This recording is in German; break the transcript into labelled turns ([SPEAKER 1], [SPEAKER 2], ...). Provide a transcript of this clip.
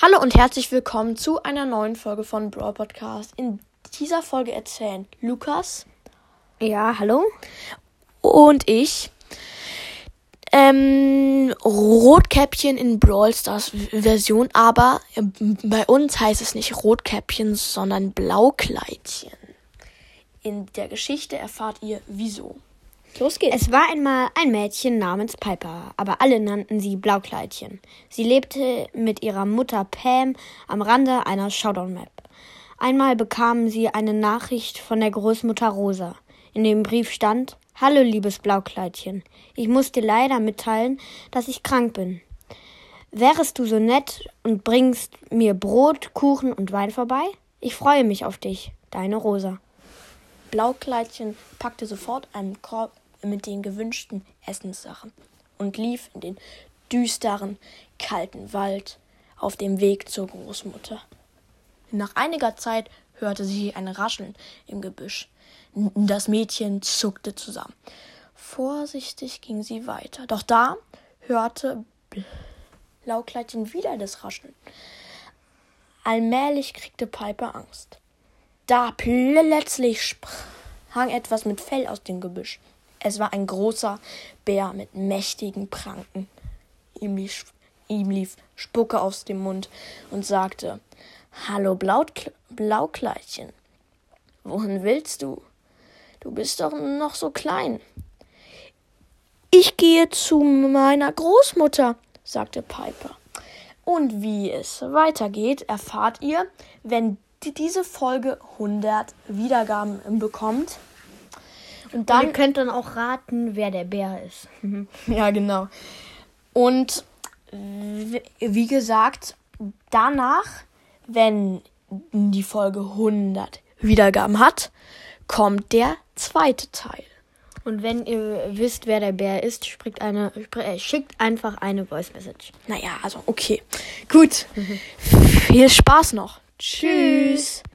[SPEAKER 1] Hallo und herzlich willkommen zu einer neuen Folge von Brawl Podcast. In dieser Folge erzählen Lukas.
[SPEAKER 2] Ja, hallo.
[SPEAKER 1] Und ich Rotkäppchen in Brawl Stars Version, aber bei uns heißt es nicht Rotkäppchen, sondern Blaukleidchen. In der Geschichte erfahrt ihr wieso. Los geht's.
[SPEAKER 2] Es war einmal ein Mädchen namens Piper, aber alle nannten sie Blaukleidchen. Sie lebte mit ihrer Mutter Pam am Rande einer Showdown-Map. Einmal bekam sie eine Nachricht von der Großmutter Rosa. In dem Brief stand: Hallo, liebes Blaukleidchen. Ich muss dir leider mitteilen, dass ich krank bin. Wärest du so nett und bringst mir Brot, Kuchen und Wein vorbei? Ich freue mich auf dich. Deine Rosa.
[SPEAKER 1] Blaukleidchen packte sofort einen Korb mit den gewünschten Essenssachen und lief in den düsteren, kalten Wald auf dem Weg zur Großmutter. Nach einiger Zeit hörte sie ein Rascheln im Gebüsch. Das Mädchen zuckte zusammen. Vorsichtig ging sie weiter. Doch da hörte Blaukleidchen wieder das Rascheln. Allmählich kriegte Piper Angst. Da plötzlich sprang etwas mit Fell aus dem Gebüsch. Es war ein großer Bär mit mächtigen Pranken. Ihm lief Spucke aus dem Mund und sagte: Hallo Blaukleidchen, wohin willst du? Du bist doch noch so klein. Ich gehe zu meiner Großmutter, sagte Piper. Und wie es weitergeht, erfahrt ihr, wenn diese Folge 100 Wiedergaben bekommt.
[SPEAKER 2] Und dann ihr könnt dann auch raten, wer der Bär ist.
[SPEAKER 1] Ja, genau. Und wie gesagt, danach, wenn die Folge 100 Wiedergaben hat, kommt der zweite Teil.
[SPEAKER 2] Und wenn ihr wisst, wer der Bär ist, schickt einfach eine Voice Message.
[SPEAKER 1] Naja, also okay. Gut. Viel Spaß noch. Tschüss.